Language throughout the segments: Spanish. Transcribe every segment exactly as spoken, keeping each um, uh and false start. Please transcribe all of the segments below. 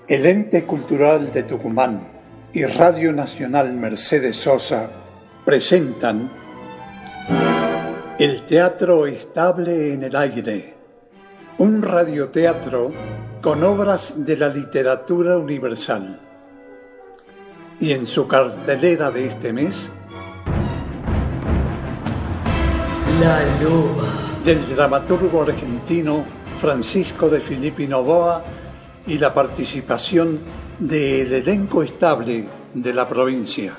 El Ente Cultural de Tucumán y Radio Nacional Mercedes Sosa presentan El Teatro Estable en el Aire, un radioteatro con obras de la literatura universal. Y en su cartelera de este mes, La Loba, del dramaturgo argentino Francisco de Filippi Novoa, y la participación del elenco estable de la provincia.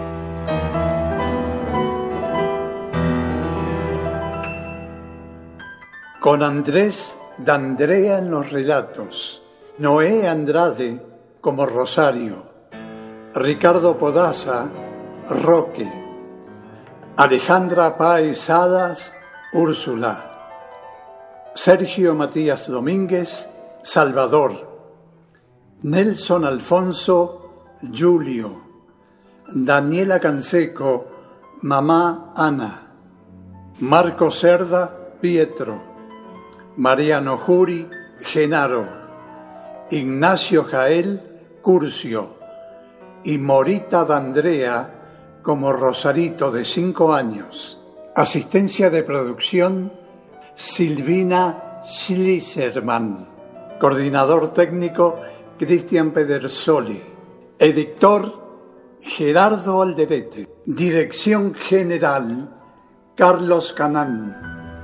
Con Andrés D'Andrea en los relatos, Noé Andrade como Rosario, Ricardo Podaza, Roque, Alejandra Páez Sadas, Úrsula, Sergio Matías Domínguez, Salvador, Nelson Alfonso, Julio, Daniela Canseco, Mamá Ana, Marco Cerda, Pietro, Mariano Juri, Genaro, Ignacio Jael, Curcio y Morita D'Andrea como Rosarito de cinco años. Asistencia de producción, Silvina Schliserman. Coordinador técnico, Cristian Pedersoli. Editor, Gerardo Alderete. Dirección general, Carlos Canán.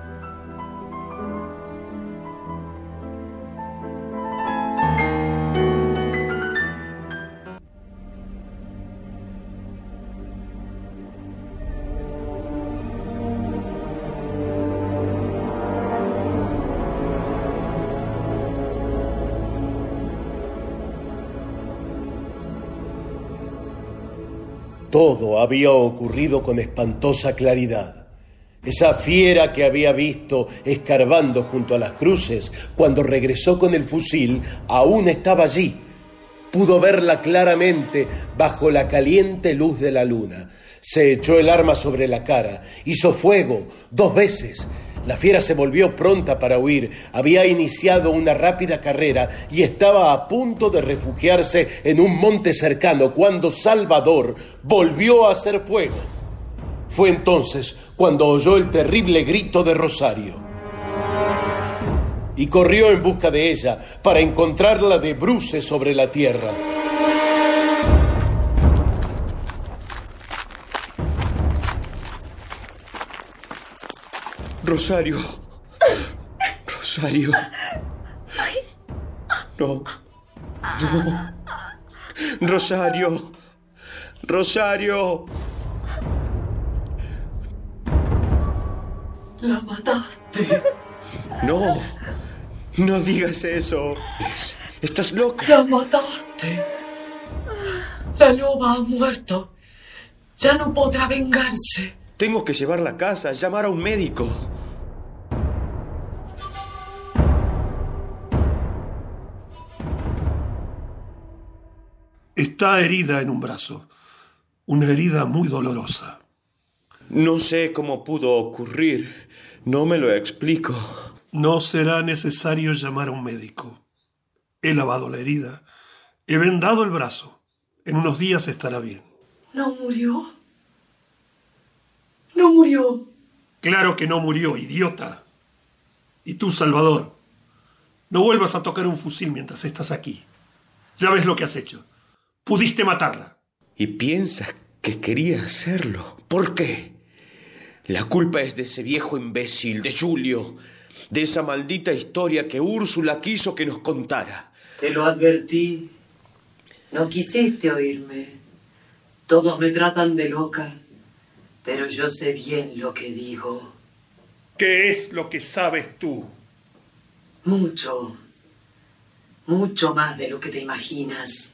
Todo había ocurrido con espantosa claridad. Esa fiera que había visto escarbando junto a las cruces cuando regresó con el fusil aún estaba allí. Pudo verla claramente bajo la caliente luz de la luna. Se echó el arma sobre la cara, hizo fuego dos veces. La fiera se volvió pronta para huir, había iniciado una rápida carrera y estaba a punto de refugiarse en un monte cercano cuando Salvador volvió a hacer fuego. Fue entonces cuando oyó el terrible grito de Rosario y corrió en busca de ella para encontrarla de bruces sobre la tierra. Rosario. Rosario. No. No. Rosario. Rosario. la mataste. No. No digas eso. Estás loca. La mataste. La loba ha muerto. Ya no podrá vengarse. Tengo que llevarla a casa, llamar a un médico. Está herida en un brazo. Una herida muy dolorosa. No sé cómo pudo ocurrir. No me lo explico. No será necesario llamar a un médico. He lavado la herida. He vendado el brazo. En unos días estará bien. ¿No murió? ¿No murió? Claro que no murió, idiota. Y tú, Salvador, no vuelvas a tocar un fusil mientras estás aquí. Ya ves lo que has hecho. Pudiste matarla. ¿Y piensas que quería hacerlo? ¿Por qué? La culpa es de ese viejo imbécil, de Julio, de esa maldita historia que Úrsula quiso que nos contara. Te lo advertí. No quisiste oírme. Todos me tratan de loca, pero yo sé bien lo que digo. ¿Qué es lo que sabes tú? Mucho. Mucho más de lo que te imaginas.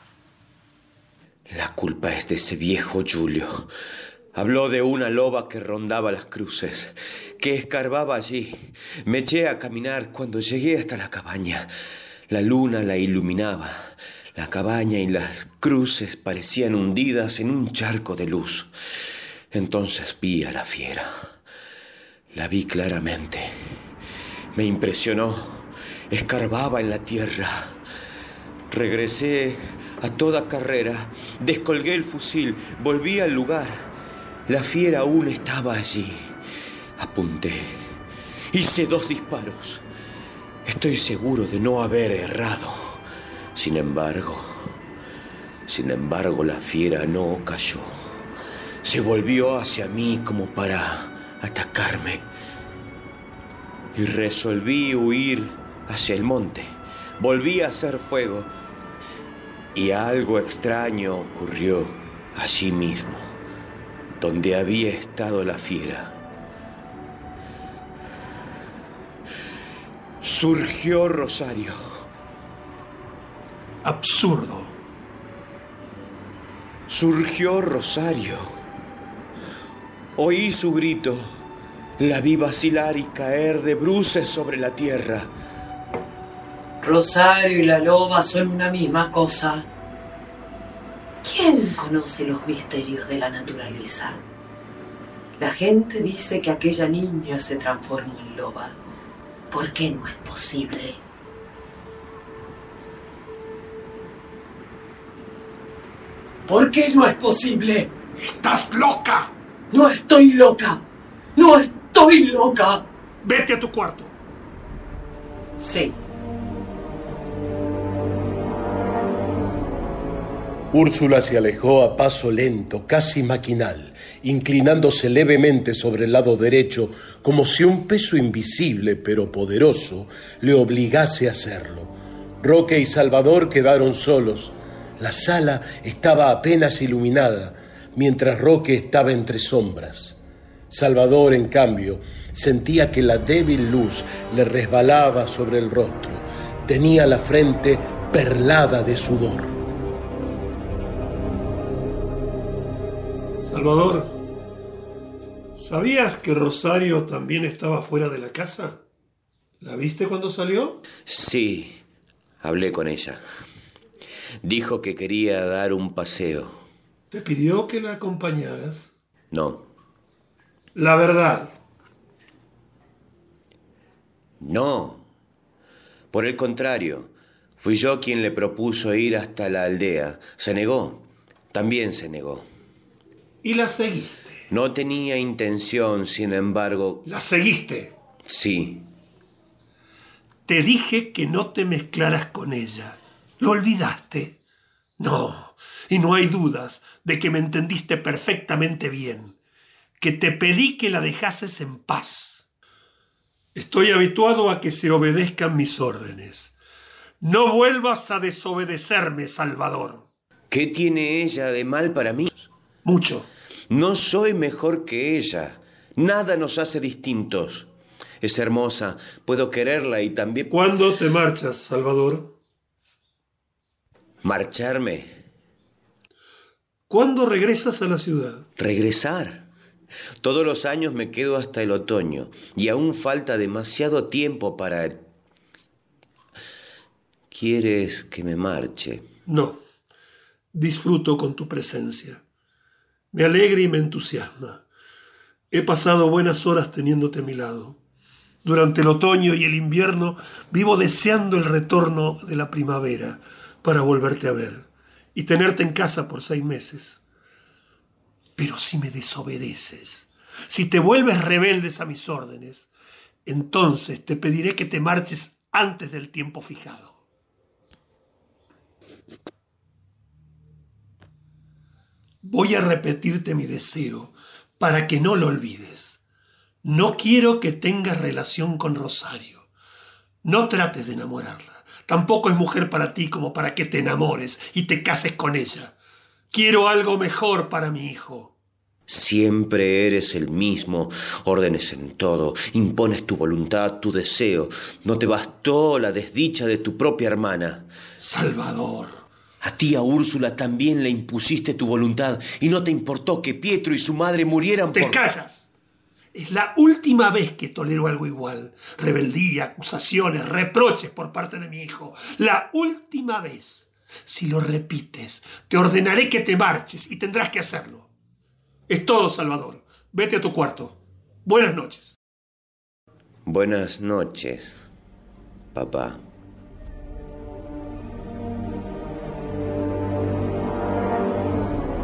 La culpa es de ese viejo Julio. Habló de una loba que rondaba las cruces, que escarbaba allí. Me eché a caminar cuando llegué hasta la cabaña. La luna la iluminaba. La cabaña y las cruces parecían hundidas en un charco de luz. Entonces vi a la fiera. La vi claramente. Me impresionó. Escarbaba en la tierra. Regresé a toda carrera, descolgué el fusil, volví al lugar. La fiera aún estaba allí. Apunté. Hice dos disparos. Estoy seguro de no haber errado. Sin embargo, sin embargo, la fiera no cayó. Se volvió hacia mí como para atacarme. Y resolví huir hacia el monte. Volví a hacer fuego. Y algo extraño ocurrió allí mismo, donde había estado la fiera. Surgió Rosario. Absurdo. Surgió Rosario. Oí su grito. La vi vacilar y caer de bruces sobre la tierra. Rosario y la loba son una misma cosa. ¿Quién conoce los misterios de la naturaleza? La gente dice que aquella niña se transformó en loba. ¿Por qué no es posible? ¿Por qué no es posible? ¡Estás loca! No estoy loca. No estoy loca. Vete a tu cuarto. Sí. Úrsula se alejó a paso lento, casi maquinal, inclinándose levemente sobre el lado derecho, como si un peso invisible pero poderoso le obligase a hacerlo. Roque y Salvador quedaron solos. La sala estaba apenas iluminada, mientras Roque estaba entre sombras. Salvador, en cambio, sentía que la débil luz le resbalaba sobre el rostro. Tenía la frente perlada de sudor. Salvador, ¿sabías que Rosario también estaba fuera de la casa? ¿La viste cuando salió? Sí, hablé con ella. Dijo que quería dar un paseo. ¿Te pidió que la acompañaras? No. La verdad. No. Por el contrario, fui yo quien le propuso ir hasta la aldea. Se negó. También se negó. ¿Y la seguiste? No tenía intención, sin embargo... ¿La seguiste? Sí. Te dije que no te mezclaras con ella. ¿Lo olvidaste? No, y no hay dudas de que me entendiste perfectamente bien, que te pedí que la dejases en paz. Estoy habituado a que se obedezcan mis órdenes. No vuelvas a desobedecerme, Salvador. ¿Qué tiene ella de mal para mí? Mucho. No soy mejor que ella. Nada nos hace distintos. Es hermosa, puedo quererla y también... ¿Cuándo te marchas, Salvador? ¿Marcharme? ¿Cuándo regresas a la ciudad? ¿Regresar? Todos los años me quedo hasta el otoño y aún falta demasiado tiempo para... ¿Quieres que me marche? No. Disfruto con tu presencia. Me alegra y me entusiasma. He pasado buenas horas teniéndote a mi lado. Durante el otoño y el invierno vivo deseando el retorno de la primavera para volverte a ver y tenerte en casa por seis meses. Pero si me desobedeces, si te vuelves rebeldes a mis órdenes, entonces te pediré que te marches antes del tiempo fijado. Voy a repetirte mi deseo para que no lo olvides. No quiero que tengas relación con Rosario. No trates de enamorarla. Tampoco es mujer para ti como para que te enamores y te cases con ella. Quiero algo mejor para mi hijo. Siempre eres el mismo, órdenes en todo, impones tu voluntad, tu deseo. ¿No te bastó la desdicha de tu propia hermana? Salvador. A ti, a Úrsula, también le impusiste tu voluntad y no te importó que Pietro y su madre murieran por... ¡Te callas! Es la última vez que tolero algo igual. Rebeldía, acusaciones, reproches por parte de mi hijo. La última vez. Si lo repites, te ordenaré que te marches y tendrás que hacerlo. Es todo, Salvador. Vete a tu cuarto. Buenas noches. Buenas noches, papá.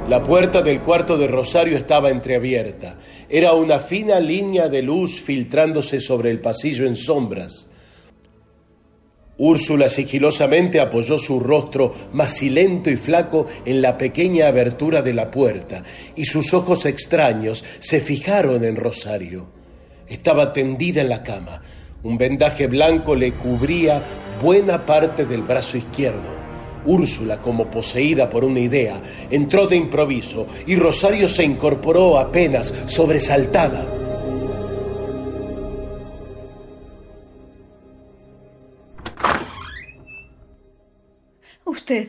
La puerta del cuarto de Rosario estaba entreabierta. Era una fina línea de luz filtrándose sobre el pasillo en sombras. Úrsula sigilosamente apoyó su rostro macilento y flaco en la pequeña abertura de la puerta, y sus ojos extraños se fijaron en Rosario. Estaba tendida en la cama. Un vendaje blanco le cubría buena parte del brazo izquierdo. Úrsula, como poseída por una idea, entró de improviso y Rosario se incorporó apenas sobresaltada. ¿Usted?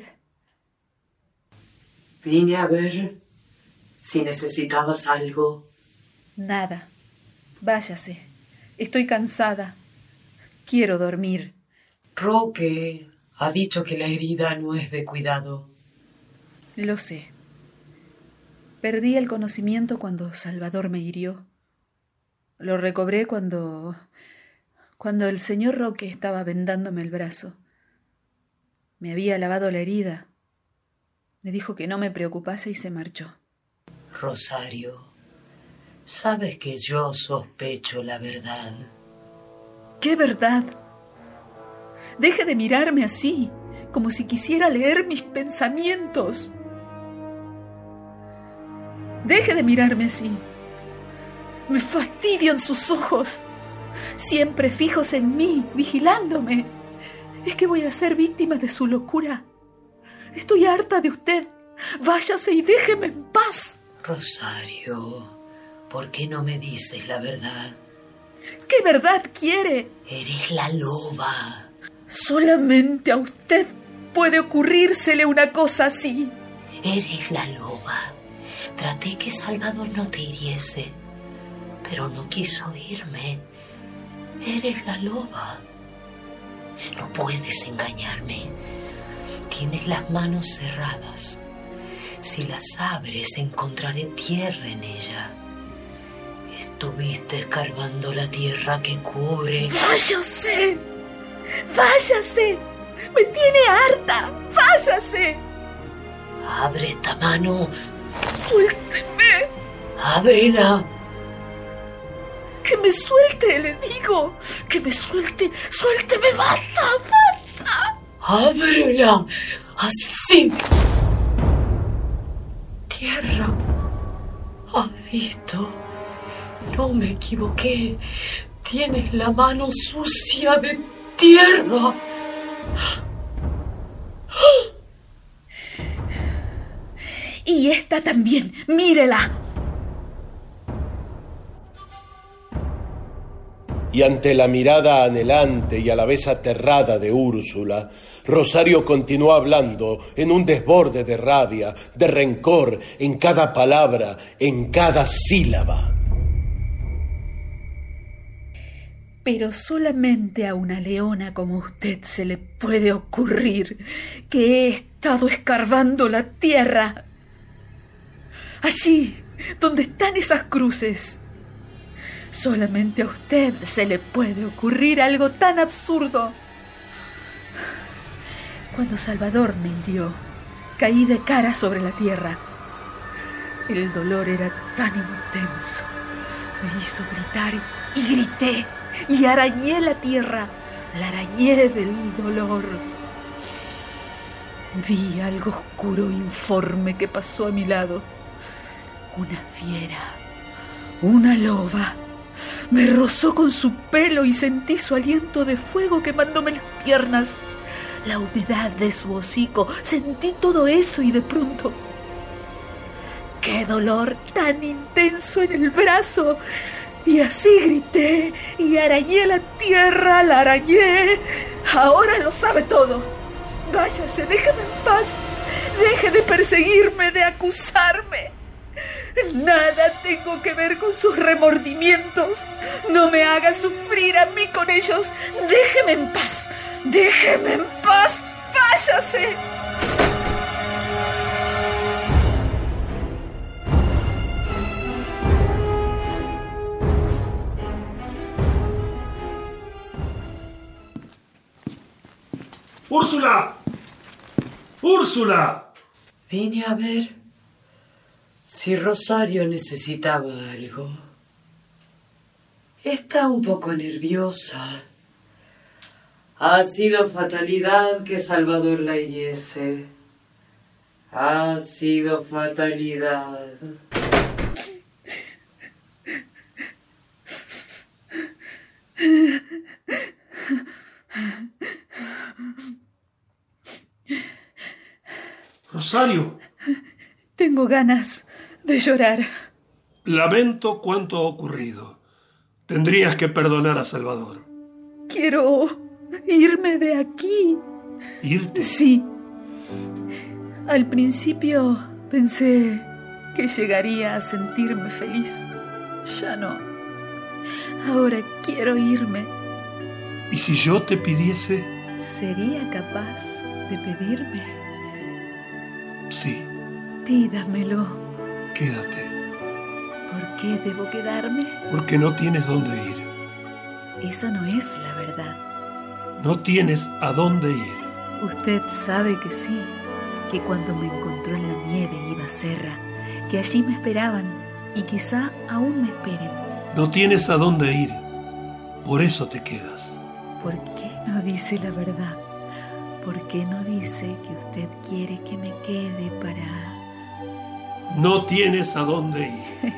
Vine a ver si necesitabas algo. Nada. Váyase. Estoy cansada. Quiero dormir. Roque ha dicho que la herida no es de cuidado. Lo sé. Perdí el conocimiento cuando Salvador me hirió. Lo recobré cuando... cuando el señor Roque estaba vendándome el brazo. Me había lavado la herida. Me dijo que no me preocupase y se marchó. Rosario, sabes que yo sospecho la verdad. ¿Qué verdad? Deje de mirarme así, como si quisiera leer mis pensamientos. Deje de mirarme así. Me fastidian sus ojos, siempre fijos en mí, vigilándome. ¿Es que voy a ser víctima de su locura? Estoy harta de usted. Váyase y déjeme en paz. Rosario, ¿por qué no me dices la verdad? ¿Qué verdad quiere? Eres la loba. Solamente a usted puede ocurrírsele una cosa así. Eres la loba. Traté que Salvador no te hiriese, pero no quiso oírme. Eres la loba. No puedes engañarme. Tienes las manos cerradas. Si las abres, encontraré tierra en ella. Estuviste escarbando la tierra que cubre. ¡Váyase! ¡Váyase! ¡Me tiene harta! ¡Váyase! Abre esta mano. ¡Suélteme! Ábrela. ¡Que me suelte, le digo! ¡Que me suelte! ¡Suélteme! ¡Basta! ¡Basta! ¡Ábrela! ¡Así! Tierra. ¿Has visto? No me equivoqué. Tienes la mano sucia de tierra. Y esta también. ¡Mírela! Y ante la mirada anhelante y a la vez aterrada de Úrsula, Rosario continuó hablando en un desborde de rabia, de rencor, en cada palabra, en cada sílaba. Pero solamente a una leona como usted se le puede ocurrir que he estado escarbando la tierra. Allí, donde están esas cruces. Solamente a usted se le puede ocurrir algo tan absurdo. Cuando Salvador me hirió, caí de cara sobre la tierra. El dolor era tan intenso. Me hizo gritar y grité y arañé la tierra. La arañé del dolor. Vi algo oscuro e informe que pasó a mi lado. Una fiera, una loba. Me rozó con su pelo y sentí su aliento de fuego quemándome las piernas. La humedad de su hocico. Sentí todo eso y de pronto... ¡qué dolor tan intenso en el brazo! Y así grité y arañé la tierra, la arañé. Ahora lo sabe todo. Váyase, déjeme en paz. Deje de perseguirme, de acusarme. Nada tengo que ver con sus remordimientos. No me haga sufrir a mí con ellos. Déjeme en paz. Déjeme en paz. Váyase. ¡Úrsula! ¡Úrsula! Vine a ver Si Rosario necesitaba algo. Está un poco nerviosa. Ha sido fatalidad que Salvador la hiriese. Ha sido fatalidad. Rosario. Tengo ganas de llorar. Lamento cuánto ha ocurrido. Tendrías que perdonar a Salvador. Quiero irme de aquí. ¿Irte? Sí. Al principio pensé que llegaría a sentirme feliz. Ya no. Ahora quiero irme. ¿Y si yo te pidiese? ¿Sería capaz de pedirme? Sí. Pídamelo. Quédate. ¿Por qué debo quedarme? Porque no tienes dónde ir. Esa no es la verdad. No tienes a dónde ir. Usted sabe que sí, que cuando me encontró en la nieve iba a Serra, que allí me esperaban y quizá aún me esperen. No tienes a dónde ir. Por eso te quedas. ¿Por qué no dice la verdad? ¿Por qué no dice que usted quiere que me quede para...? No tienes a dónde ir.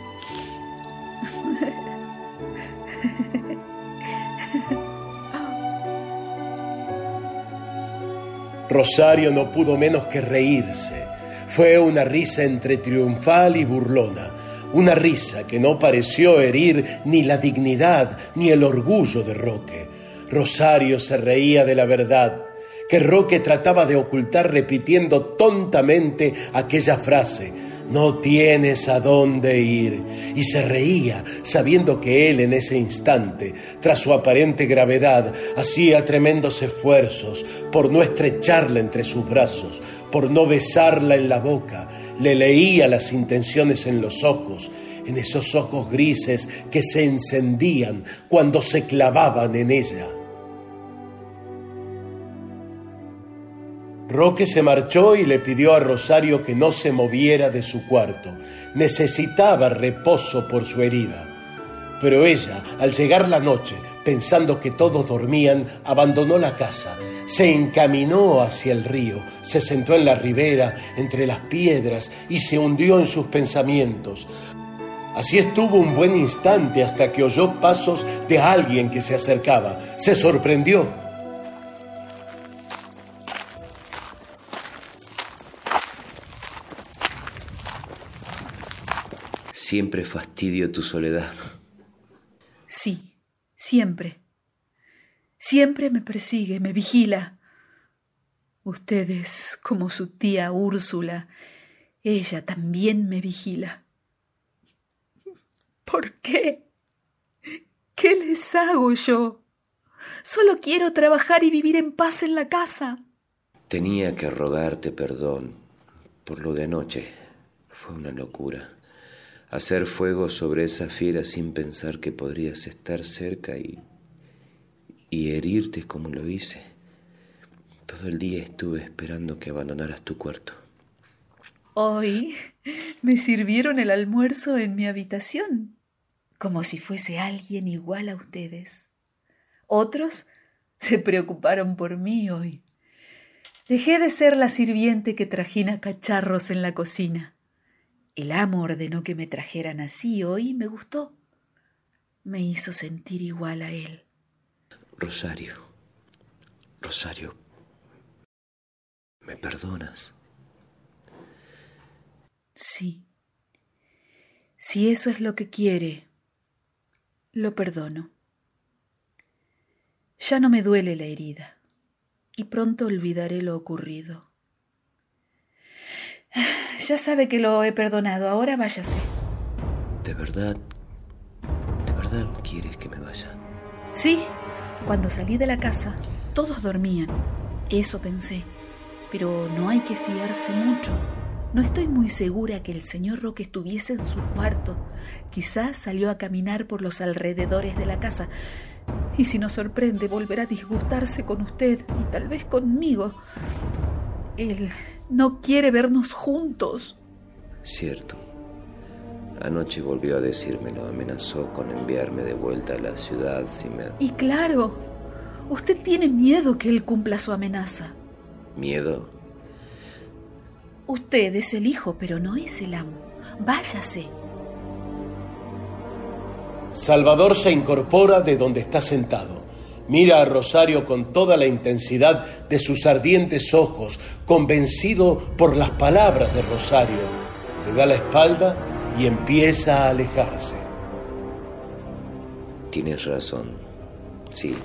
Rosario no pudo menos que reírse. Fue una risa entre triunfal y burlona, una risa que no pareció herir ni la dignidad ni el orgullo de Roque. Rosario se reía de la verdad que Roque trataba de ocultar repitiendo tontamente aquella frase: no tienes a dónde ir, y se reía sabiendo que él en ese instante, tras su aparente gravedad, hacía tremendos esfuerzos por no estrecharla entre sus brazos, por no besarla en la boca. Le leía las intenciones en los ojos, en esos ojos grises que se encendían cuando se clavaban en ella. Roque se marchó y le pidió a Rosario que no se moviera de su cuarto. Necesitaba reposo por su herida. Pero ella, al llegar la noche, pensando que todos dormían, abandonó la casa, se encaminó hacia el río, se sentó en la ribera, entre las piedras, y se hundió en sus pensamientos. Así estuvo un buen instante hasta que oyó pasos de alguien que se acercaba. Se sorprendió. Siempre fastidio tu soledad. Sí, siempre. Siempre me persigue, me vigila. Usted es como su tía Úrsula. Ella también me vigila. ¿Por qué? ¿Qué les hago yo? Solo quiero trabajar y vivir en paz en la casa. Tenía que rogarte perdón por lo de anoche. Fue una locura. Hacer fuego sobre esa fiera sin pensar que podrías estar cerca y, y herirte como lo hice. Todo el día estuve esperando que abandonaras tu cuarto. Hoy me sirvieron el almuerzo en mi habitación, como si fuese alguien igual a ustedes. Otros se preocuparon por mí hoy. Dejé de ser la sirviente que trajina cacharros en la cocina. El amo ordenó que me trajeran así hoy y me gustó. Me hizo sentir igual a él. Rosario, Rosario, ¿me perdonas? Sí. Si eso es lo que quiere, lo perdono. Ya no me duele la herida y pronto olvidaré lo ocurrido. Ya sabe que lo he perdonado, ahora váyase. ¿De verdad, de verdad quieres que me vaya? Sí, cuando salí de la casa, todos dormían. Eso pensé, pero no hay que fiarse mucho. No estoy muy segura que el señor Roque estuviese en su cuarto. Quizás salió a caminar por los alrededores de la casa. Y si nos sorprende, volverá a disgustarse con usted y tal vez conmigo. Él no quiere vernos juntos. Cierto. Anoche volvió a decírmelo. Amenazó con enviarme de vuelta a la ciudad si me... Y claro, usted tiene miedo que él cumpla su amenaza. ¿Miedo? Usted es el hijo, pero no es el amo. Váyase. Salvador se incorpora de donde está sentado. Mira a Rosario con toda la intensidad de sus ardientes ojos, convencido por las palabras de Rosario. Le da la espalda y empieza a alejarse. Tienes razón. Sí.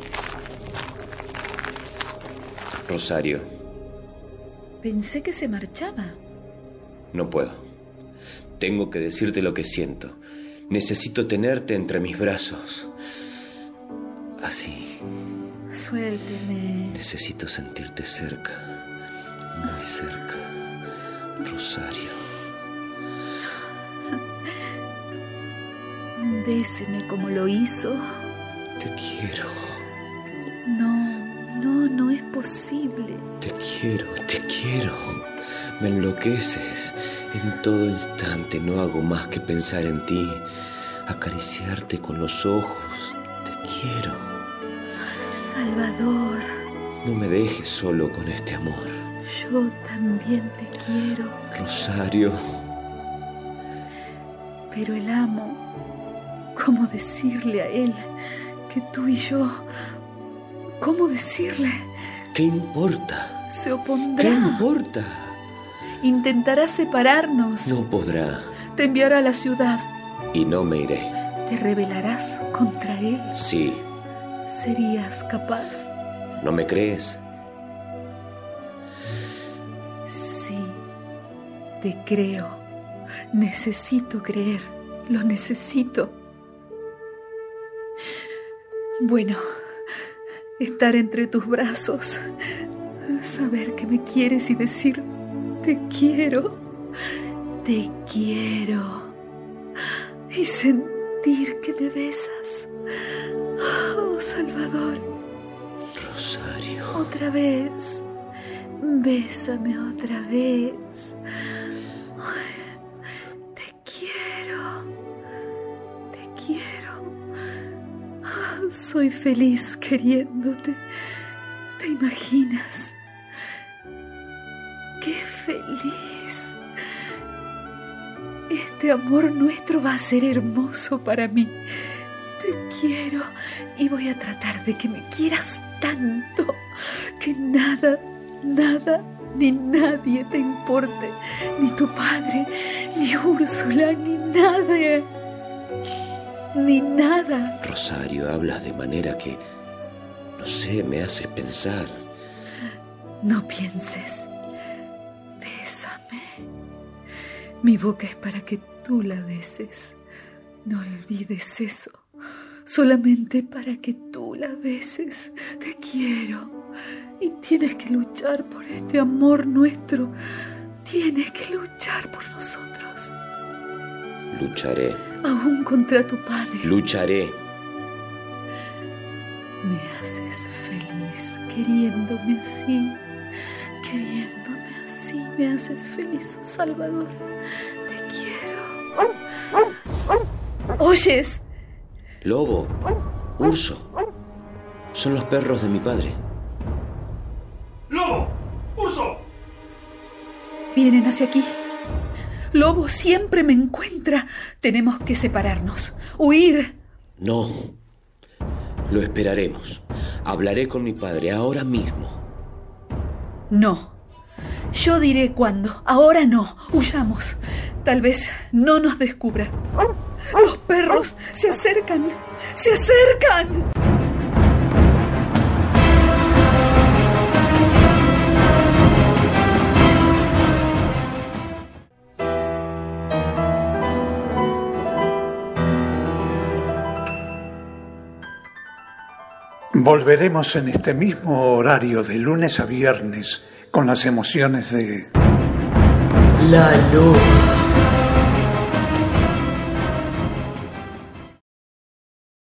Rosario. Pensé que se marchaba. No puedo. Tengo que decirte lo que siento. Necesito tenerte entre mis brazos. Así. Suélteme. Necesito sentirte cerca. Muy cerca. Rosario. Béseme como lo hizo. Te quiero. No, no, no es posible. Te quiero, te quiero. Me enloqueces. En todo instante no hago más que pensar en ti, acariciarte con los ojos. Te quiero. Salvador. No me dejes solo con este amor. Yo también te quiero. Rosario. Pero el amo, ¿cómo decirle a él que tú y yo... ¿Cómo decirle? ¿Qué importa? Se opondrá. ¿Qué importa? Intentará separarnos. No podrá. Te enviará a la ciudad. Y no me iré. ¿Te rebelarás contra él? Sí. ¿Serías capaz? ¿No me crees? Sí, te creo. Necesito creer. Lo necesito. Bueno, estar entre tus brazos, saber que me quieres y decir te quiero, te quiero, y sentir que me besas. Oh, Salvador. Rosario. Otra vez. Bésame otra vez. Te quiero. Te quiero. Soy feliz queriéndote. ¿Te imaginas? ¡Qué feliz! Este amor nuestro va a ser hermoso para mí. Te quiero y voy a tratar de que me quieras tanto que nada, nada ni nadie te importe. Ni tu padre, ni Úrsula, ni nada. Ni nada. Rosario, hablas de manera que, no sé, me haces pensar. No pienses. Bésame. Mi boca es para que tú la beses. No olvides eso. Solamente para que tú la beses. Te quiero. Y tienes que luchar por este amor nuestro. Tienes que luchar por nosotros. Lucharé. Aún contra tu padre. Lucharé. Me haces feliz queriéndome así. Queriéndome así. Me haces feliz, Salvador. Te quiero. ¿Oyes? Lobo. Urso. Son los perros de mi padre. ¡Lobo! ¡Urso! Vienen hacia aquí. Lobo siempre me encuentra. Tenemos que separarnos. Huir. No. Lo esperaremos. Hablaré con mi padre ahora mismo. No. Yo diré cuándo. Ahora no. Huyamos. Tal vez no nos descubra. Los perros se acercan. ¡Se acercan! Volveremos en este mismo horario de lunes a viernes con las emociones de... La Loba.